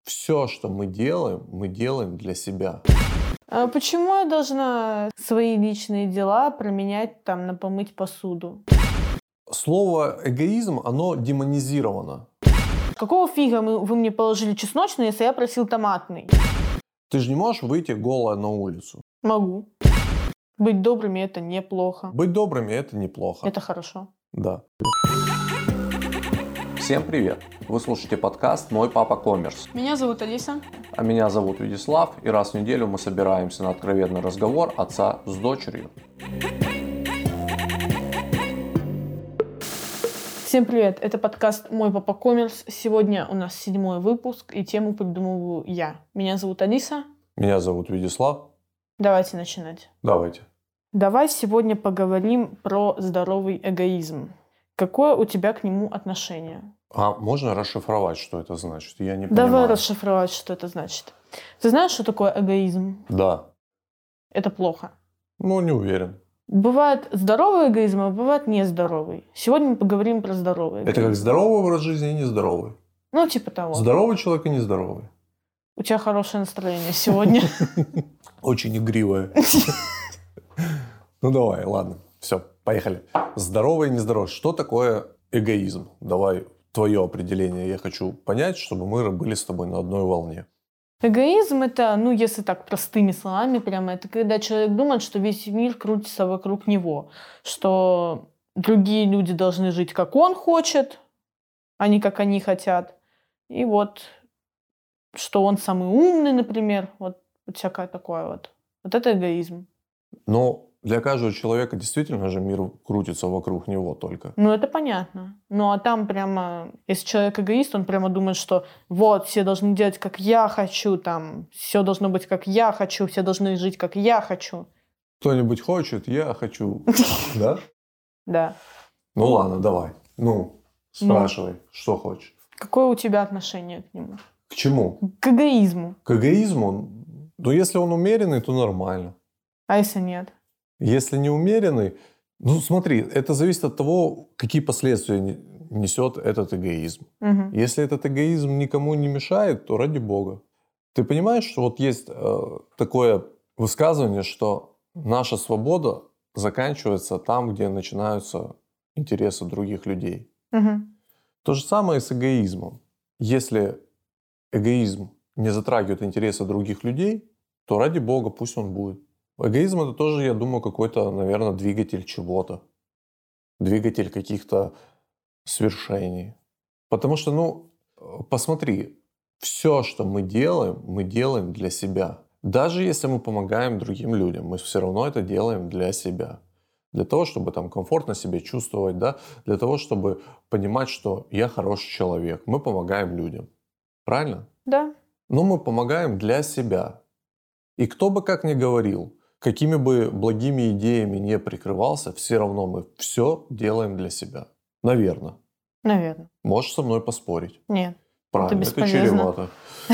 Все, что мы делаем для себя. А почему я должна свои личные дела променять на помыть посуду? Слово эгоизм, оно демонизировано. Какого фига вы мне положили чесночный, если я просил томатный? Ты же не можешь выйти голая на улицу. Могу. Быть добрыми – это неплохо. Быть добрыми – это неплохо. Это хорошо. Да. Всем привет! Вы слушаете подкаст «Мой папа коммерс». Меня зовут Алиса. А меня зовут Вячеслав, и раз в неделю мы собираемся на откровенный разговор отца с дочерью. Всем привет! Это подкаст «Мой папа коммерс». Сегодня у нас 7-й выпуск, и тему придумываю я. Меня зовут Алиса. Меня зовут Вячеслав. Давайте начинать. Давайте. Давай сегодня поговорим про здоровый эгоизм. Какое у тебя к нему отношение? А можно расшифровать, что это значит? Я не понимаю. Давай расшифровать, что это значит. Ты знаешь, что такое эгоизм? Да. Это плохо. Ну, не уверен. Бывает здоровый эгоизм, а бывает нездоровый. Сегодня мы поговорим про здоровый эгоизм. Это как здоровый образ жизни и нездоровый. Ну, типа того. Здоровый человек и нездоровый. У тебя хорошее настроение сегодня. Очень игривое. Ну давай, ладно. Все, поехали. Здоровый и нездоровый. Что такое эгоизм? Давай твое определение. Я хочу понять, чтобы мы были с тобой на одной волне. Эгоизм – это, если так простыми словами прямо, это когда человек думает, что весь мир крутится вокруг него, что другие люди должны жить, как он хочет, а не как они хотят. И что он самый умный, например, вот всякое такое вот. Вот это эгоизм. Но для каждого человека действительно же мир крутится вокруг него только. Ну, это понятно. Ну, а там прямо, если человек эгоист, он прямо думает, что все должны делать, как я хочу, все должно быть, как я хочу, все должны жить, как я хочу. Кто-нибудь хочет, я хочу. Да? Да. Ну ладно, давай. Спрашивай, что хочешь. Какое у тебя отношение к нему? К чему? К эгоизму. К эгоизму? Ну, если он умеренный, то нормально. А если нет? Если не умеренный, смотри, это зависит от того, какие последствия несет этот эгоизм. Угу. Если этот эгоизм никому не мешает, то ради бога. Ты понимаешь, что есть такое высказывание, что наша свобода заканчивается там, где начинаются интересы других людей. Угу. То же самое и с эгоизмом. Если эгоизм не затрагивает интересы других людей, то ради бога пусть он будет. Эгоизм – это тоже, я думаю, какой-то, наверное, двигатель чего-то. Двигатель каких-то свершений. Потому что, посмотри, все, что мы делаем для себя. Даже если мы помогаем другим людям, мы все равно это делаем для себя. Для того, чтобы комфортно себя чувствовать, да? Для того, чтобы понимать, что я хороший человек. Мы помогаем людям. Правильно? Да. Но мы помогаем для себя. И кто бы как ни говорил, какими бы благими идеями не прикрывался, все равно мы все делаем для себя. Наверное. Наверное. Можешь со мной поспорить? Нет. Правильно, это чревато.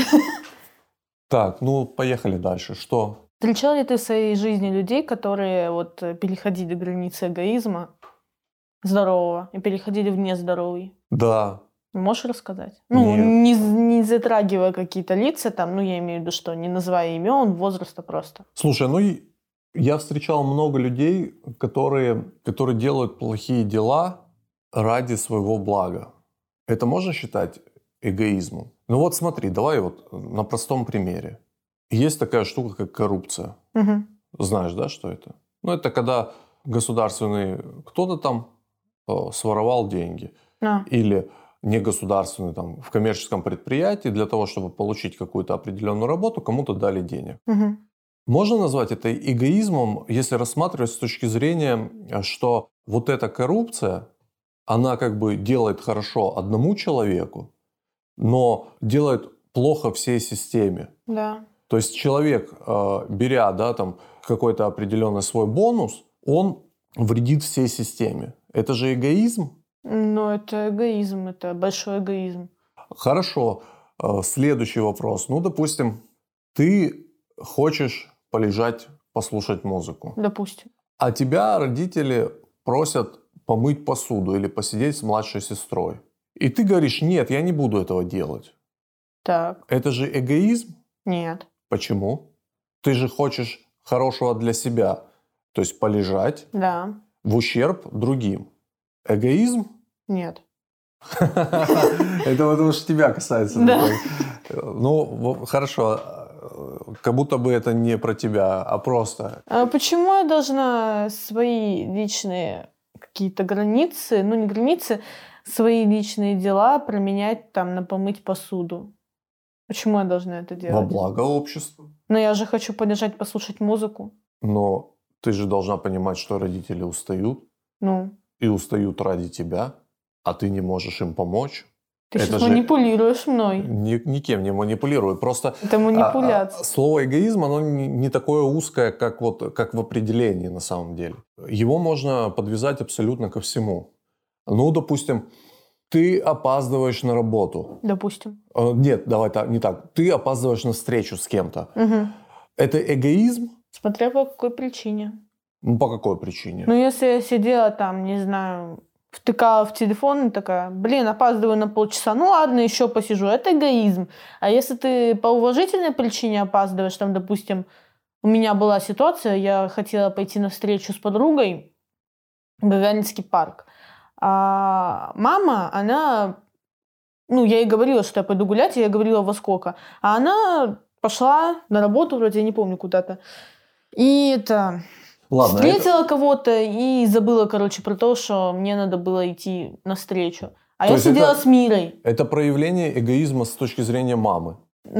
Так, поехали дальше. Что? Встречал ли ты в своей жизни людей, которые переходили границы эгоизма здорового и переходили в нездоровый? Да. Можешь рассказать? Нет. Не затрагивая какие-то лица, я имею в виду, что не называя имен, возраста просто. Слушай, я встречал много людей, которые делают плохие дела ради своего блага. Это можно считать эгоизмом? Смотри, давай на простом примере. Есть такая штука, как коррупция. Угу. Знаешь, да, что это? Это когда государственный кто-то своровал деньги. Или негосударственный в коммерческом предприятии для того, чтобы получить какую-то определенную работу, кому-то дали денег. Угу. Можно назвать это эгоизмом, если рассматривать с точки зрения, что эта коррупция, она делает хорошо одному человеку, но делает плохо всей системе. Да. То есть человек, беря какой-то определенный свой бонус, он вредит всей системе. Это же эгоизм? Это эгоизм, это большой эгоизм. Хорошо. Следующий вопрос. Допустим, ты хочешь полежать, послушать музыку. Допустим. А тебя родители просят помыть посуду или посидеть с младшей сестрой. И ты говоришь: нет, я не буду этого делать. Так. Это же эгоизм? Нет. Почему? Ты же хочешь хорошего для себя, то есть полежать Да. в ущерб другим. Эгоизм? Нет. Это потому что тебя касается. Да. Ну, хорошо. Как будто бы это не про тебя, а просто. А почему я должна свои личные какие-то границы, ну не границы, свои личные дела променять там на помыть посуду? Почему я должна это Во делать? благо общества. Но я же хочу полежать, послушать музыку. Но ты же должна понимать, что родители устают. Ну, И устают ради тебя, а ты не можешь им помочь. ты Это сейчас же манипулируешь мной. никем не манипулирую. Просто Это манипуляция. слово эгоизм, оно не такое узкое, как в определении на самом деле. Его можно подвязать абсолютно ко всему. Ну, допустим, ты опаздываешь на работу. Допустим. Нет, давай так, не так. Ты опаздываешь на встречу с кем-то. Угу. Это эгоизм? Смотря по какой причине. Ну, по какой причине? Ну, если я сидела там, не знаю, втыкала в телефон и такая, блин, опаздываю на полчаса, ну ладно, еще посижу. Это эгоизм. А если ты по уважительной причине опаздываешь, там, допустим, у меня была ситуация, я хотела пойти на встречу с подругой в Гагаринский парк. А мама, она... Ну, я ей говорила, что я пойду гулять, я ей говорила во сколько. А она пошла на работу, вроде, я не помню, куда-то. И это... Ладно, встретила кого-то и забыла, короче, про то, что мне надо было идти навстречу. А То я есть сидела это- с Мирой. Это проявление эгоизма с точки зрения мамы.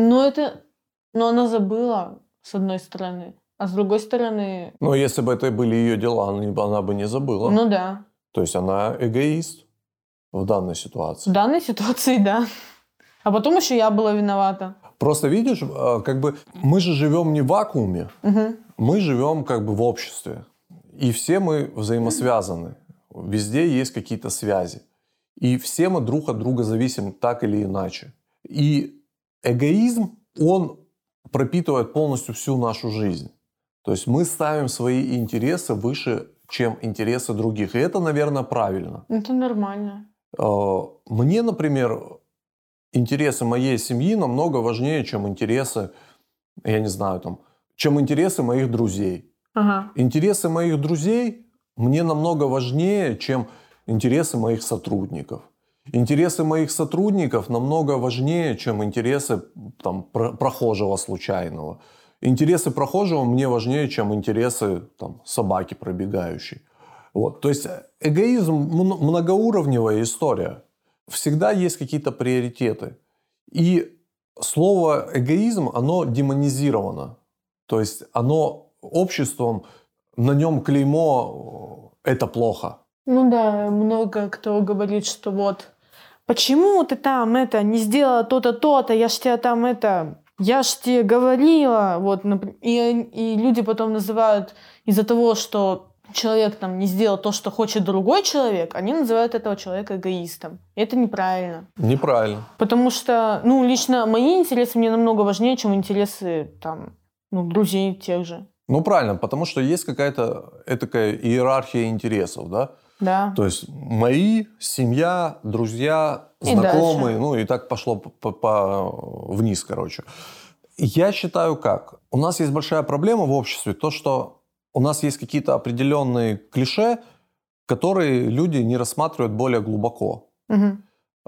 Но она забыла, с одной стороны. А с другой стороны, Но если бы это были ее дела, она бы не забыла. ну да. То есть она эгоист в данной В ситуации. данной ситуации, да. А потом еще я была виновата. Просто видишь, как бы мы же живем не в вакууме, Угу. мы живем как бы в обществе. И все мы взаимосвязаны. Везде есть какие-то связи. И все мы друг от друга зависим так или иначе. И эгоизм, он пропитывает полностью всю нашу жизнь. То есть мы ставим свои интересы выше, чем интересы других. И это, наверное, правильно. Это нормально. Мне, например, интересы моей семьи намного важнее, чем интересы, я не знаю, там, чем интересы моих друзей. Ага. Интересы моих друзей мне намного важнее, чем интересы моих сотрудников. Интересы моих сотрудников намного важнее, чем интересы там, прохожего случайного. Интересы прохожего мне важнее, чем интересы там, собаки пробегающей. Вот. То есть эгоизм многоуровневая история. Всегда есть какие-то приоритеты. И слово эгоизм, оно демонизировано. То есть оно обществом, на нем клеймо «это плохо». Ну да, много кто говорит, что вот почему ты там это не сделала то-то, то-то, я ж тебя там это, я ж тебе говорила, вот, и люди потом называют из-за того, что человек там не сделал то, что хочет другой человек, они называют этого человека эгоистом. И это неправильно. Неправильно. Потому что, ну, лично мои интересы мне намного важнее, чем интересы там, ну, друзей тех же. Ну, правильно, потому что есть какая-то этакая иерархия интересов, да? Да. То есть мои, семья, друзья, И знакомые, дальше. ну и так пошло вниз, короче. Я считаю как? У нас есть большая проблема в обществе, то, что у нас есть какие-то определенные клише, которые люди не рассматривают более глубоко. Угу.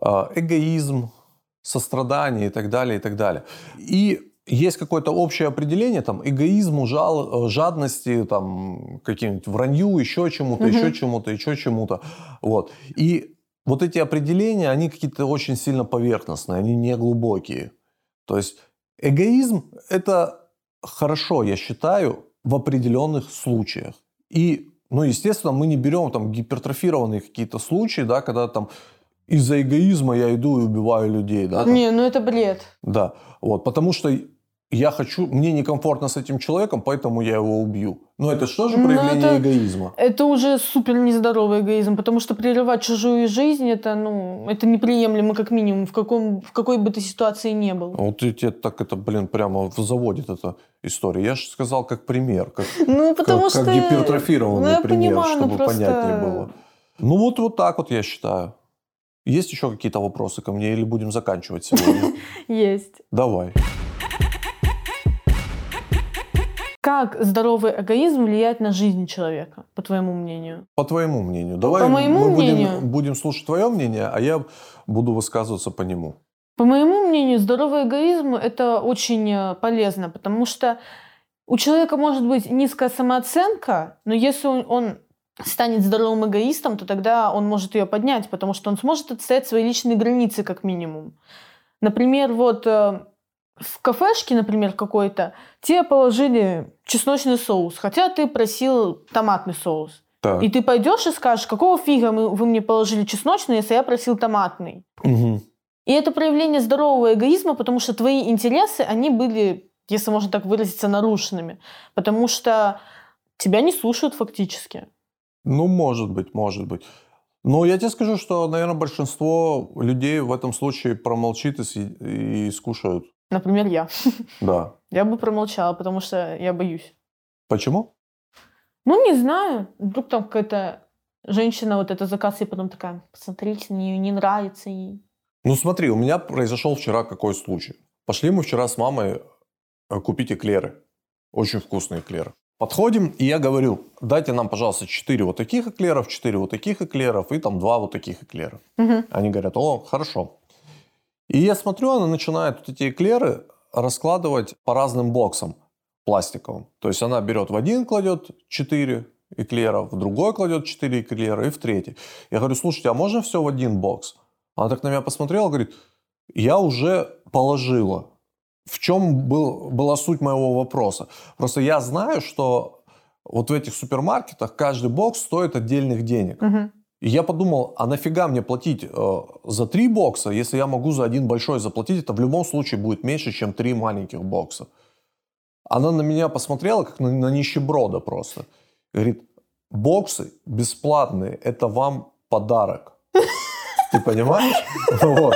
Эгоизм, сострадание и так далее, и так далее. И есть какое-то общее определение, там, эгоизму, жадности, там, каким-нибудь вранью, еще чему-то, еще чему-то, еще чему-то. Вот. И вот эти определения, они какие-то очень сильно поверхностные, они не глубокие. То есть эгоизм – это хорошо, я считаю, в определенных случаях. И, ну, естественно, мы не берем там гипертрофированные какие-то случаи, да, когда там из-за эгоизма я иду и убиваю людей. Да, там. Не, ну это бред. Да, вот, потому что я хочу, мне некомфортно с этим человеком, поэтому я его убью. Но это что же проявление эгоизма? Это уже супер нездоровый эгоизм, потому что прерывать чужую жизнь, это, ну, это неприемлемо как минимум, в какой бы ты ситуации ни был. Вот тебе так это, прямо заводит эта история. Я же сказал как пример, как гипертрофированный пример, понимаю, чтобы просто... понятнее было. Ну вот так вот я считаю. Есть еще какие-то вопросы ко мне или будем заканчивать сегодня? Есть. Давай. Как здоровый эгоизм влияет на жизнь человека, по твоему мнению? По твоему мнению. Давай По моему мы мнению. будем слушать твое мнение, а я буду высказываться по нему. По моему мнению, здоровый эгоизм – это очень полезно, потому что у человека может быть низкая самооценка, но если он станет здоровым эгоистом, то тогда он может ее поднять, потому что он сможет отстоять свои личные границы как минимум. Например, в кафешке, например, какой-то, тебе положили чесночный соус, хотя ты просил томатный соус. Так. И ты пойдешь и скажешь, какого фига вы мне положили чесночный, если я просил томатный? Угу. И это проявление здорового эгоизма, потому что твои интересы, они были, если можно так выразиться, нарушенными. Потому что тебя не слушают фактически. Ну, может быть. Но я тебе скажу, что, наверное, большинство людей в этом случае промолчит и скушают. Например, я. Да. Я бы промолчала, потому что я боюсь. Почему? Ну, не знаю. Вдруг там какая-то женщина вот это заказ, и потом такая, посмотрите на нее, не нравится ей. Ну, смотри, у меня произошел вчера какой случай. Пошли мы вчера с мамой купить эклеры. Очень вкусные эклеры. Подходим, и я говорю, дайте нам, пожалуйста, 4 вот таких эклеров, 4 вот таких эклеров и там 2 вот таких эклера. Угу. Они говорят, о, хорошо. И я смотрю, она начинает вот эти эклеры раскладывать по разным боксам пластиковым. То есть она берет в один, кладет 4 эклера, в другой кладет 4 эклера и в третий. Я говорю, слушайте, а можно все в один бокс? Она так на меня посмотрела, говорит, я уже положила. В чем была суть моего вопроса? Просто я знаю, что вот в этих супермаркетах каждый бокс стоит отдельных денег. Угу. И я подумал, а нафига мне платить за 3 бокса, если я могу за один большой заплатить? Это в любом случае будет меньше, чем 3 маленьких бокса. Она на меня посмотрела, как на нищеброда просто. Говорит, боксы бесплатные, это вам подарок. Ты понимаешь? Вот.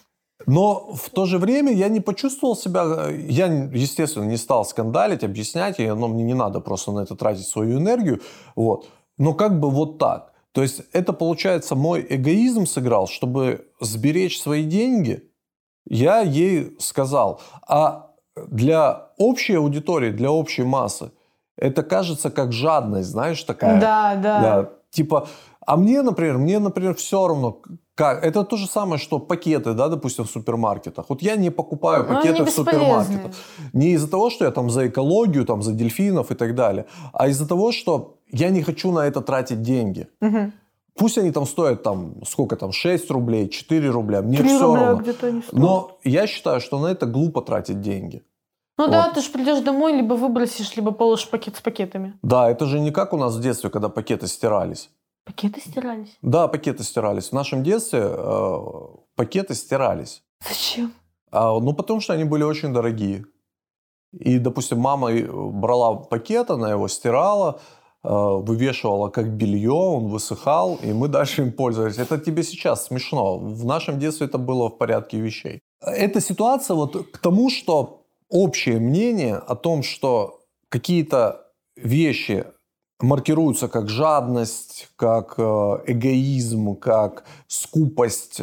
Но в то же время я не почувствовал себя... Я, естественно, не стал скандалить, объяснять, но мне не надо просто на это тратить свою энергию. Вот. Но как бы вот так. То есть это, получается, мой эгоизм сыграл, чтобы сберечь свои деньги. Я ей сказал. А для общей аудитории, для общей массы, это кажется как жадность, знаешь, такая. Да. Типа, а мне, например, все равно... Как? Это то же самое, что пакеты, да, допустим, в супермаркетах. Вот я не покупаю пакеты в супермаркетах. Не из-за того, что я там за экологию, там за дельфинов и так далее, а из-за того, что я не хочу на это тратить деньги. Угу. Пусть они там стоят, сколько там, 6 рублей, 4 рубля, мне 3 все рубля равно. где-то не стоит. Но я считаю, что на это глупо тратить деньги. Ну вот. Да, ты же придешь домой, либо выбросишь, либо положишь пакет с пакетами. Да, это же не как у нас в детстве, когда пакеты стирались. Пакеты стирались? Да, пакеты стирались. В нашем детстве пакеты стирались. Зачем? Потому что они были очень дорогие. И, допустим, мама брала пакет, она его стирала, вывешивала как белье, он высыхал, и мы дальше им пользовались. Это тебе сейчас смешно. В нашем детстве это было в порядке вещей. Эта ситуация к тому, что общее мнение о том, что какие-то вещи маркируются как жадность, как эгоизм, как скупость,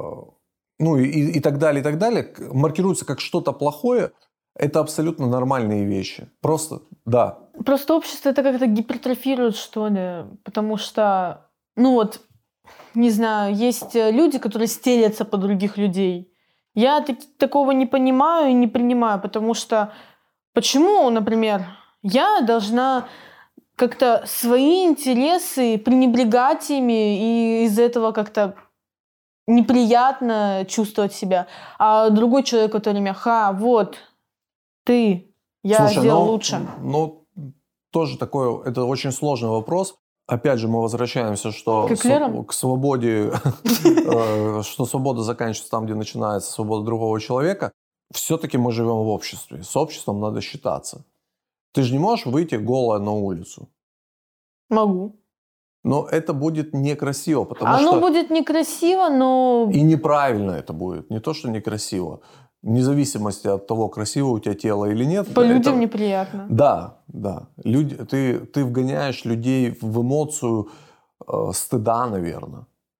и так далее, маркируются как что-то плохое, это абсолютно нормальные вещи. Просто, да. Просто общество это как-то гипертрофирует, что ли, потому что, не знаю, есть люди, которые стелятся по других людей. Я такого не понимаю и не принимаю, потому что почему, например, я должна как-то свои интересы пренебрегать ими, и из-за этого как-то неприятно чувствовать себя. А другой человек, который меня, я сделал лучше. Тоже такой, это очень сложный вопрос. Опять же, мы возвращаемся, что к свободе, что свобода заканчивается там, где начинается свобода другого человека. Все-таки мы живем в обществе. С обществом надо считаться. Ты же не можешь выйти голая на улицу. Могу. Но это будет некрасиво, потому что... Оно будет некрасиво, но... И неправильно это будет. Не то, что некрасиво. Вне зависимости от того, красиво у тебя тело или нет. По людям неприятно. Да. Ты вгоняешь людей в эмоцию стыда, наверное.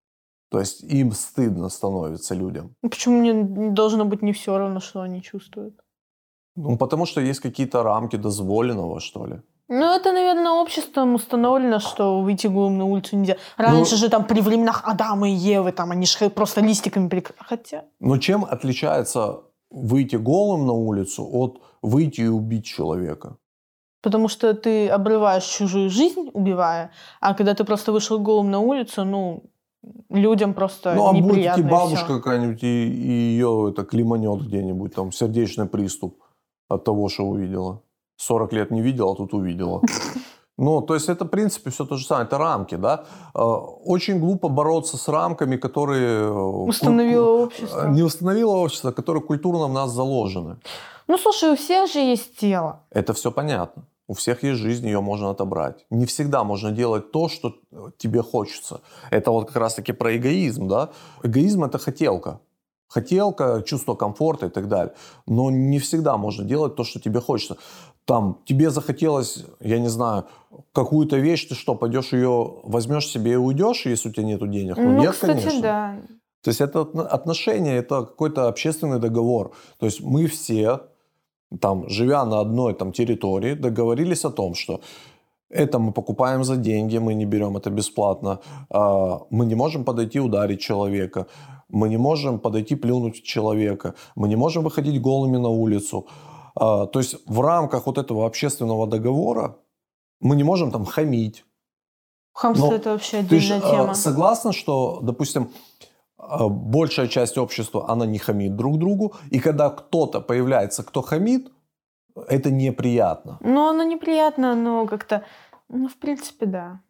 То есть им стыдно становится людям. Почему мне должно быть не все равно, что они чувствуют? Ну, потому что есть какие-то рамки дозволенного, что ли. Ну, это, наверное, обществом установлено, что выйти голым на улицу нельзя. Раньше же там при временах Адама и Евы, там они же просто листиками прикрыли. Хотя... Но чем отличается выйти голым на улицу от выйти и убить человека? Потому что ты обрываешь чужую жизнь, убивая, а когда ты просто вышел голым на улицу, ну, людям просто Ну, а будет неприятно. идти бабушка какая-нибудь, и ее это клейманет где-нибудь, там, сердечный приступ от того, что увидела. 40 лет не видела, а тут увидела. Ну, то есть это, в принципе, все то же самое. Это рамки, да. Очень глупо бороться с рамками, которые... Установило общество. Не установило общество, которые культурно в нас заложены. Ну, слушай, у всех же есть тело. Это все понятно. У всех есть жизнь, ее можно отобрать. Не всегда можно делать то, что тебе хочется. Это вот как раз-таки про эгоизм, да. Эгоизм – это хотелка. Хотелка, чувство комфорта и так далее. Но не всегда можно делать то, что тебе хочется. Там, тебе захотелось, я не знаю, какую-то вещь, ты что, пойдешь ее, возьмешь себе и уйдешь, если у тебя нету денег? Ну, нет, кстати, конечно. да. То есть это отношения, это какой-то общественный договор. То есть мы все, там, живя на одной там, территории, договорились о том, что это мы покупаем за деньги, мы не берем это бесплатно. Мы не можем подойти ударить человека. Мы не можем подойти плюнуть в человека. Мы не можем выходить голыми на улицу. То есть в рамках вот этого общественного договора мы не можем там хамить. Хамство – это вообще отдельная тема. Согласна, что, допустим, большая часть общества, она не хамит друг другу, и когда кто-то появляется, кто хамит, это неприятно. Ну, оно неприятно, но как-то, ну, в принципе, да.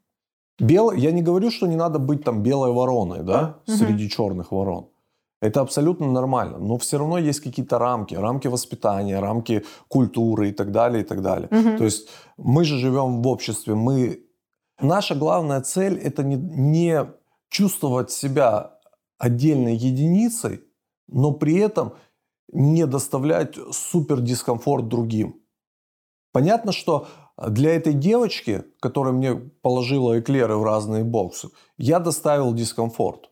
Я не говорю, что не надо быть там белой вороной, да, среди черных ворон. Это абсолютно нормально. Но все равно есть какие-то рамки воспитания, рамки культуры и так далее, и так далее. То есть мы же живем в обществе, наша главная цель – это не чувствовать себя отдельной единицей, но при этом не доставлять супер дискомфорт другим. Понятно, что для этой девочки, которая мне положила эклеры в разные боксы, я доставил дискомфорт.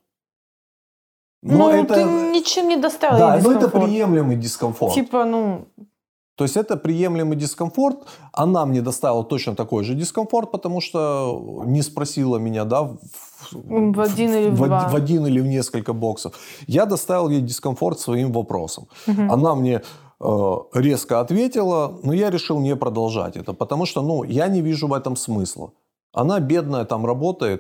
Но это... ты ничем не доставил дискомфорт. Да, но это приемлемый дискомфорт. Типа, ну... То есть это приемлемый дискомфорт. Она мне доставила точно такой же дискомфорт, потому что не спросила меня, да, в один или в два. В один или в несколько боксов. Я доставил ей дискомфорт своим вопросом. Она мне резко ответила, но я решил не продолжать это, потому что, ну, я не вижу в этом смысла. Она бедная там работает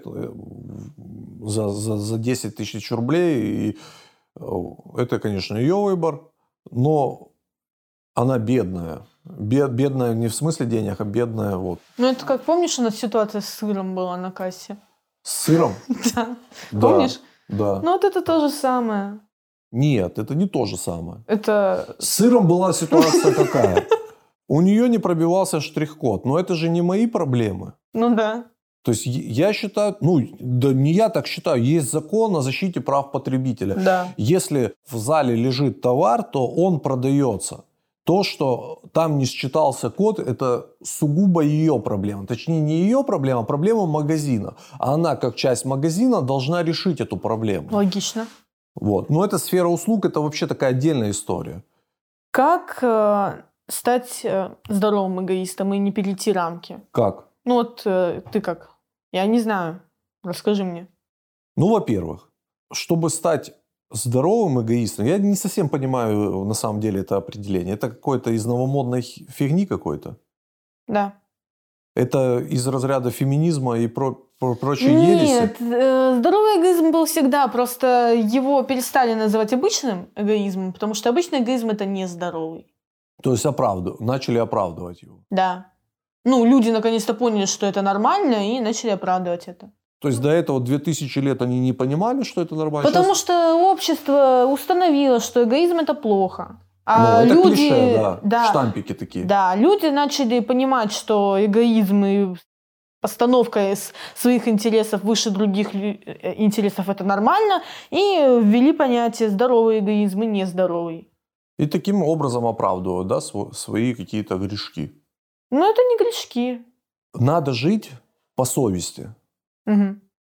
за 10 тысяч рублей, и это, конечно, ее выбор, но она бедная. Бедная не в смысле денег, а бедная вот. Ну, это как, помнишь, у нас ситуация с сыром была на кассе? С сыром? Да. Помнишь? Да. Ну, вот это то же самое. Нет, это не то же самое. Это... С сыром была ситуация какая? У нее не пробивался штрих-код. Но это же не мои проблемы. Ну да. То есть я считаю, ну да не я так считаю, есть закон о защите прав потребителя. Да. Если в зале лежит товар, то он продается. То, что там не считался код, это сугубо ее проблема. Точнее, не ее проблема, а проблема магазина. А она, как часть магазина, должна решить эту проблему. Логично. Вот. Но эта сфера услуг – это вообще такая отдельная история. Как стать здоровым эгоистом и не перейти рамки? Как? Ну вот ты как? Я не знаю. Расскажи мне. Ну, во-первых, чтобы стать здоровым эгоистом, я не совсем понимаю на самом деле это определение. Это какое-то из новомодной фигни какой-то? Да. Это из разряда феминизма и прочей ереси? Нет, здоровый эгоизм был всегда, просто его перестали называть обычным эгоизмом, потому что обычный эгоизм – это не здоровый. То есть начали оправдывать его? Да. Ну, люди наконец-то поняли, что это нормально, и начали оправдывать это. То есть до этого 2000 лет они не понимали, что это нормально? Потому что общество установило, что эгоизм – это плохо. А это люди, клише, да, штампики такие. Да, люди начали понимать, что эгоизм и постановка своих интересов выше других интересов – это нормально, и ввели понятие здоровый эгоизм и нездоровый. И таким образом оправдывают, да, свои какие-то грешки. Но это не грешки. Надо жить по совести. Угу.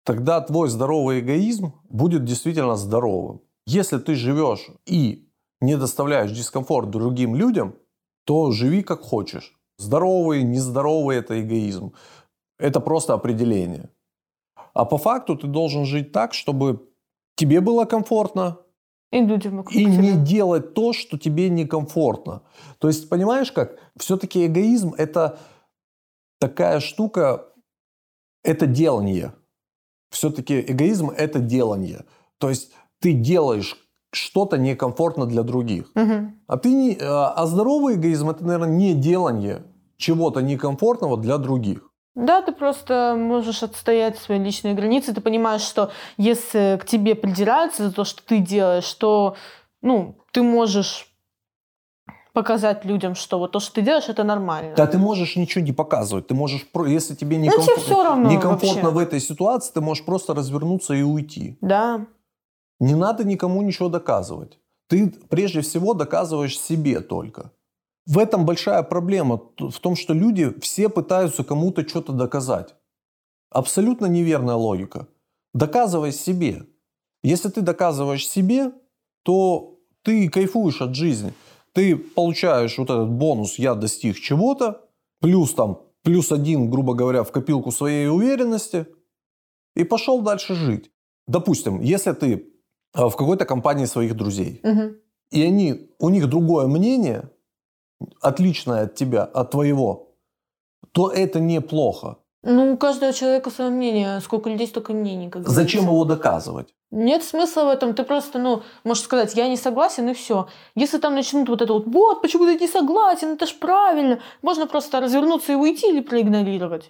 тогда твой здоровый эгоизм будет действительно здоровым. Если ты живешь и не доставляешь дискомфорт другим людям, то живи как хочешь. Здоровый, нездоровый – это эгоизм. Это просто определение. А по факту ты должен жить так, чтобы тебе было комфортно, И людям вокруг и тебя. не делать то, что тебе некомфортно. То есть, понимаешь как? Все-таки эгоизм – это такая штука, это делание. Все-таки эгоизм – это делание. То есть, ты делаешь что-то некомфортно для других. Мгм. А здоровый эгоизм – это, наверное, не делание чего-то некомфортного для других. Да, ты просто можешь отстоять свои личные границы. Ты понимаешь, что если к тебе придираются за то, что ты делаешь, то ты можешь показать людям, что вот то, что ты делаешь, это нормально. Да, ты можешь ничего не показывать. Ты можешь, если тебе тебе всё равно некомфортно вообще. в этой ситуации, ты можешь просто развернуться и уйти. Да. Не надо никому ничего доказывать. Ты прежде всего доказываешь себе только. В этом большая проблема, в том, что люди все пытаются кому-то что-то доказать. Абсолютно неверная логика. Доказывай себе. Если ты доказываешь себе, то ты кайфуешь от жизни. Ты получаешь вот этот бонус «я достиг чего-то», плюс один, грубо говоря, в копилку своей уверенности, и пошел дальше жить. Допустим, если ты в какой-то компании своих друзей, Мгм. и у них другое мнение, отличное от тебя, от твоего, то это неплохо. У каждого человека свое мнение. Сколько людей, столько мнений, как Зачем говорится. его доказывать? Нет смысла в этом. Ты просто, можешь сказать, я не согласен, и все. Если там начнут вот это вот, почему ты не согласен, это ж правильно. Можно просто развернуться и уйти или проигнорировать.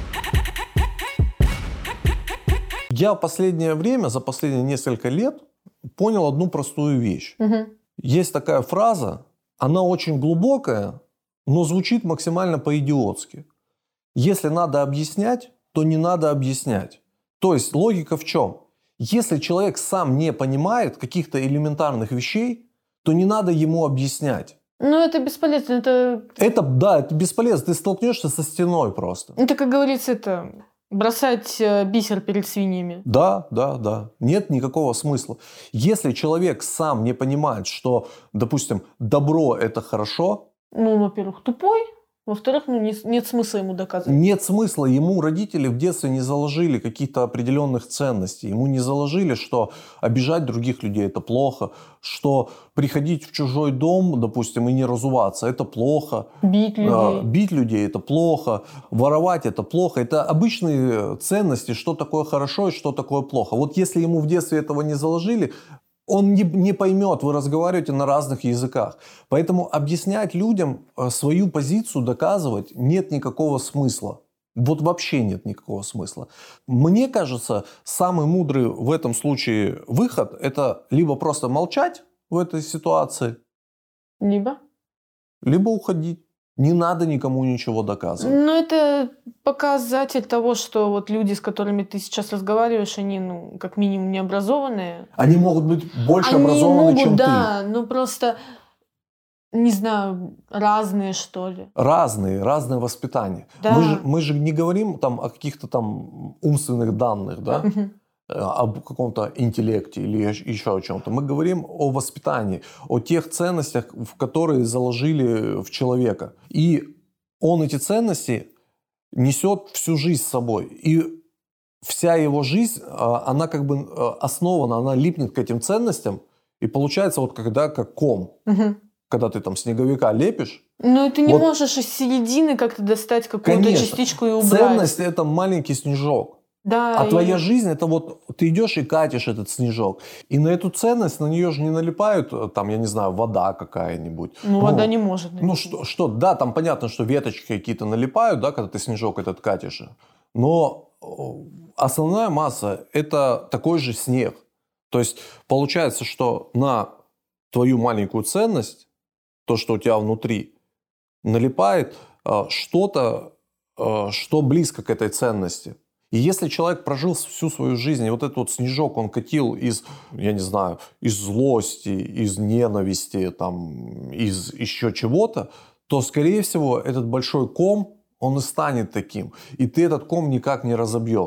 Я за последние несколько лет понял одну простую вещь. Мгм. Есть такая фраза, она очень глубокая, но звучит максимально по-идиотски. Если надо объяснять, то не надо объяснять. То есть логика в чем? Если человек сам не понимает каких-то элементарных вещей, то не надо ему объяснять. Это бесполезно. Это бесполезно, ты столкнешься со стеной просто. Это, как говорится, бросать бисер перед свиньями. Да. Нет никакого смысла. Если человек сам не понимает, что, допустим, добро – это хорошо, Во-первых, тупой. Во-вторых, нет смысла ему доказывать. нет смысла. Ему родители в детстве не заложили каких-то определенных ценностей. Ему не заложили, что обижать других людей – это плохо, что приходить в чужой дом, допустим, и не разуваться – это плохо. Бить людей. Бить людей – это плохо. Воровать – это плохо. Это обычные ценности, что такое хорошо и что такое плохо. Вот если ему в детстве этого не заложили, он не поймет, вы разговариваете на разных языках. Поэтому объяснять людям свою позицию, доказывать нет никакого смысла. Вот вообще нет никакого смысла. Мне кажется, самый мудрый в этом случае выход – это либо просто молчать в этой ситуации, либо уходить. Не надо никому ничего доказывать. Это показатель того, что вот люди, с которыми ты сейчас разговариваешь, они, как минимум, необразованные. Они могут быть больше образованы, чем ты. Просто, не знаю, разные, что ли. Разное воспитание. Да. Мы же не говорим там о каких-то там умственных данных, да? Мгм. Об каком-то интеллекте или еще о чем-то. Мы говорим о воспитании, о тех ценностях, в которые заложили в человека. И он эти ценности несет всю жизнь с собой. И вся его жизнь, она как бы основана, она липнет к этим ценностям. И получается вот как ком. Мгм. Когда ты там снеговика лепишь. Ты не можешь из середины как-то достать какую-то Конечно, частичку и убрать. Ценность – это маленький снежок. Да, А твоя жизнь – это вот ты идешь и катишь этот снежок. И на эту ценность, на нее же не налипают, там, я не знаю, вода какая-нибудь. Вода не может. Да, там понятно, что веточки какие-то налипают, да, когда ты снежок этот катишь. Но основная масса – это такой же снег. То есть получается, что на твою маленькую ценность, то, что у тебя внутри, налипает что-то, что близко к этой ценности. И если человек прожил всю свою жизнь, и вот этот вот снежок он катил из, я не знаю, из злости, из ненависти, там, из еще чего-то, то, скорее всего, этот большой ком, он и станет таким. И ты этот ком никак не разобьешь.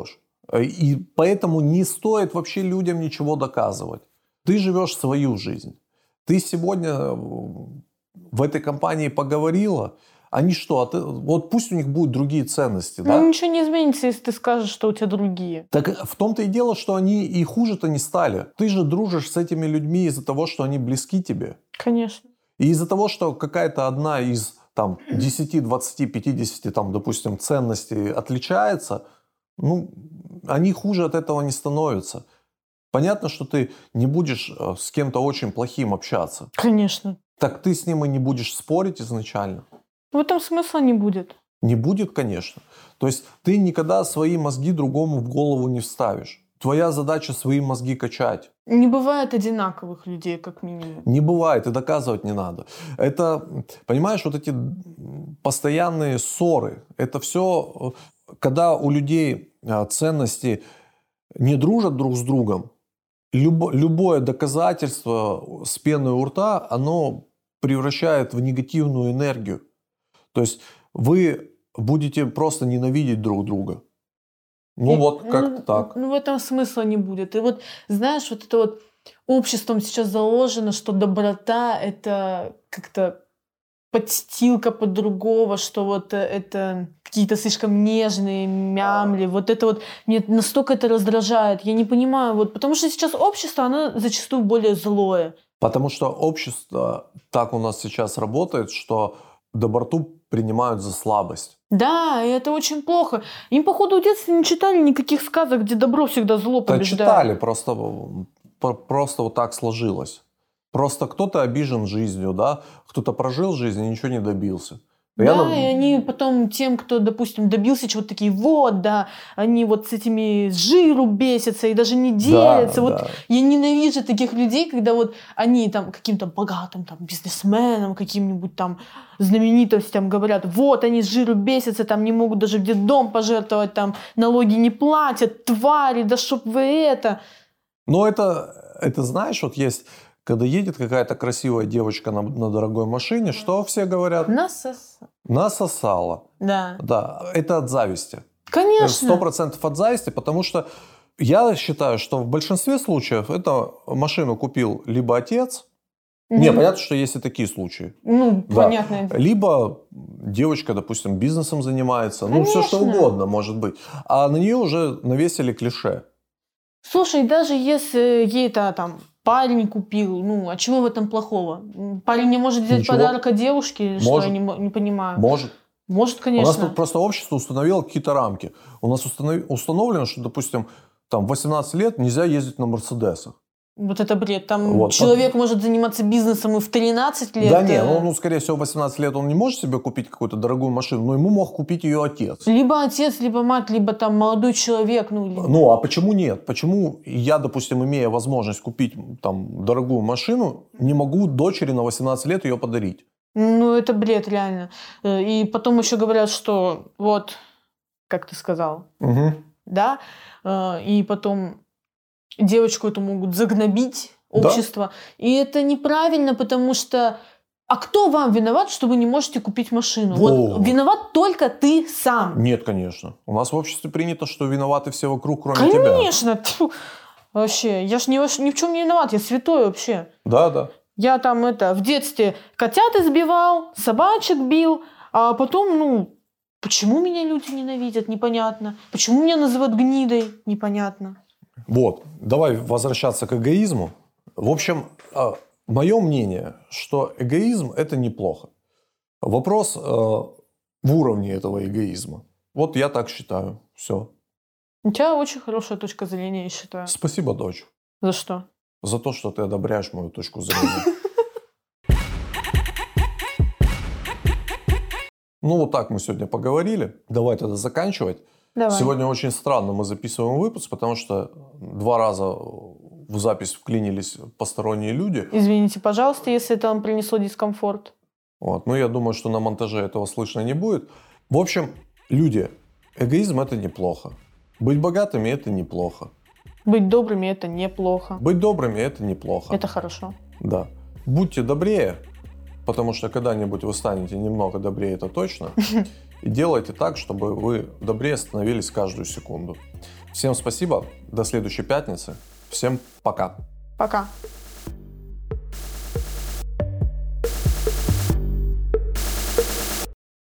И поэтому не стоит вообще людям ничего доказывать. Ты живешь свою жизнь. Ты сегодня в этой компании поговорила, они что, вот пусть у них будут другие ценности, да? Ну, ничего не изменится, если ты скажешь, что у тебя другие. Так в том-то и дело, что они и хуже-то не стали. Ты же дружишь с этими людьми из-за того, что они близки тебе. Конечно. И из-за того, что какая-то одна из там 10, 20, 50, там, допустим, ценностей отличается, ну, они хуже от этого не становятся. Понятно, что ты не будешь с кем-то очень плохим общаться. Конечно. Так ты с ним и не будешь спорить изначально. В этом смысла не будет. Не будет, конечно. То есть ты никогда свои мозги другому в голову не вставишь. Твоя задача свои мозги качать. Не бывает одинаковых людей, как минимум. Не бывает, и доказывать не надо. Это, понимаешь, вот эти постоянные ссоры, это все, когда у людей ценности не дружат друг с другом, любое доказательство с пеной у рта, оно превращает в негативную энергию. То есть вы будете просто ненавидеть друг друга. Ну вот как-то так. Ну в этом смысла не будет. И вот знаешь, вот это вот обществом сейчас заложено, что доброта — это как-то подстилка под другого, что вот это какие-то слишком нежные мямли. Вот это вот мне настолько это раздражает. Я не понимаю, вот потому что сейчас общество, оно зачастую более злое. Потому что общество так у нас сейчас работает, что доброту принимают за слабость. Да, и это очень плохо. Им, походу, в детстве не читали никаких сказок, где добро всегда зло побеждает. Да читали, просто вот так сложилось. Просто кто-то обижен жизнью, да, кто-то прожил жизнь и ничего не добился. Да, и они потом тем, кто, допустим, добился чего-то, такие, вот, да, они вот с этими с жиру бесятся и даже не делятся. Да, вот да. Я ненавижу таких людей, когда вот они там каким-то богатым там бизнесменам, каким-нибудь там знаменитостям говорят, вот, они с жиру бесятся, там не могут даже в детдом пожертвовать, там налоги не платят, твари, да чтоб вы это. Но это знаешь, вот есть... Когда едет какая-то красивая девочка на дорогой машине, что все говорят? Насосала. Да. Да, это от зависти. Конечно. 100% от зависти, потому что я считаю, что в большинстве случаев эту машину купил либо отец, не, понятно, что есть и такие случаи. Ну, да. Понятно. Либо девочка, допустим, бизнесом занимается, ну, все что угодно может быть. А на нее уже навесили клише. Слушай, даже если ей-то там... Парень купил, ну, а чего в этом плохого? Парень не может взять подарок от девушки, что я не понимаю. Может, конечно. У нас тут просто общество установило какие-то рамки. У нас установлено, что, допустим, там 18 лет нельзя ездить на Мерседесах. Вот это бред. Там вот. Человек может заниматься бизнесом и в 13 лет. Да не, ну, скорее всего, в 18 лет он не может себе купить какую-то дорогую машину, но ему мог купить ее отец. Либо отец, либо мать, либо там молодой человек. Ну, а почему нет? Почему я, допустим, имея возможность купить там дорогую машину, не могу дочери на 18 лет ее подарить? Ну, это бред, реально. И потом еще говорят, что вот, как ты сказал, да, и потом... Девочку эту могут загнобить, общество. Да. И это неправильно, потому что... А кто вам виноват, что вы не можете купить машину? Вот виноват только ты сам. Нет, конечно. У нас в обществе принято, что виноваты все вокруг, кроме тебя. Конечно. Вообще, я ж ни в чем не виноват, я святой вообще. Да. Я там в детстве котят избивал, собачек бил, а потом, почему меня люди ненавидят, непонятно. Почему меня называют гнидой, непонятно. Вот, давай возвращаться к эгоизму. В общем, мое мнение, что эгоизм – это неплохо. Вопрос в уровне этого эгоизма. Вот я так считаю. Все. У тебя очень хорошая точка зрения, я считаю. Спасибо, дочь. За что? За то, что ты одобряешь мою точку зрения. Ну, вот так мы сегодня поговорили. Давай тогда заканчивать. Давай. Сегодня очень странно мы записываем выпуск, потому что 2 раза в запись вклинились посторонние люди. Извините, пожалуйста, если это вам принесло дискомфорт. Вот. Но я думаю, что на монтаже этого слышно не будет. В общем, люди, эгоизм – это неплохо. Быть богатыми – это неплохо. Быть добрыми – это неплохо. Быть добрыми – это неплохо. Это хорошо. Да. Будьте добрее, потому что когда-нибудь вы станете немного добрее, это точно. И делайте так, чтобы вы добрее становились каждую секунду. Всем спасибо. До следующей пятницы. Всем пока. Пока.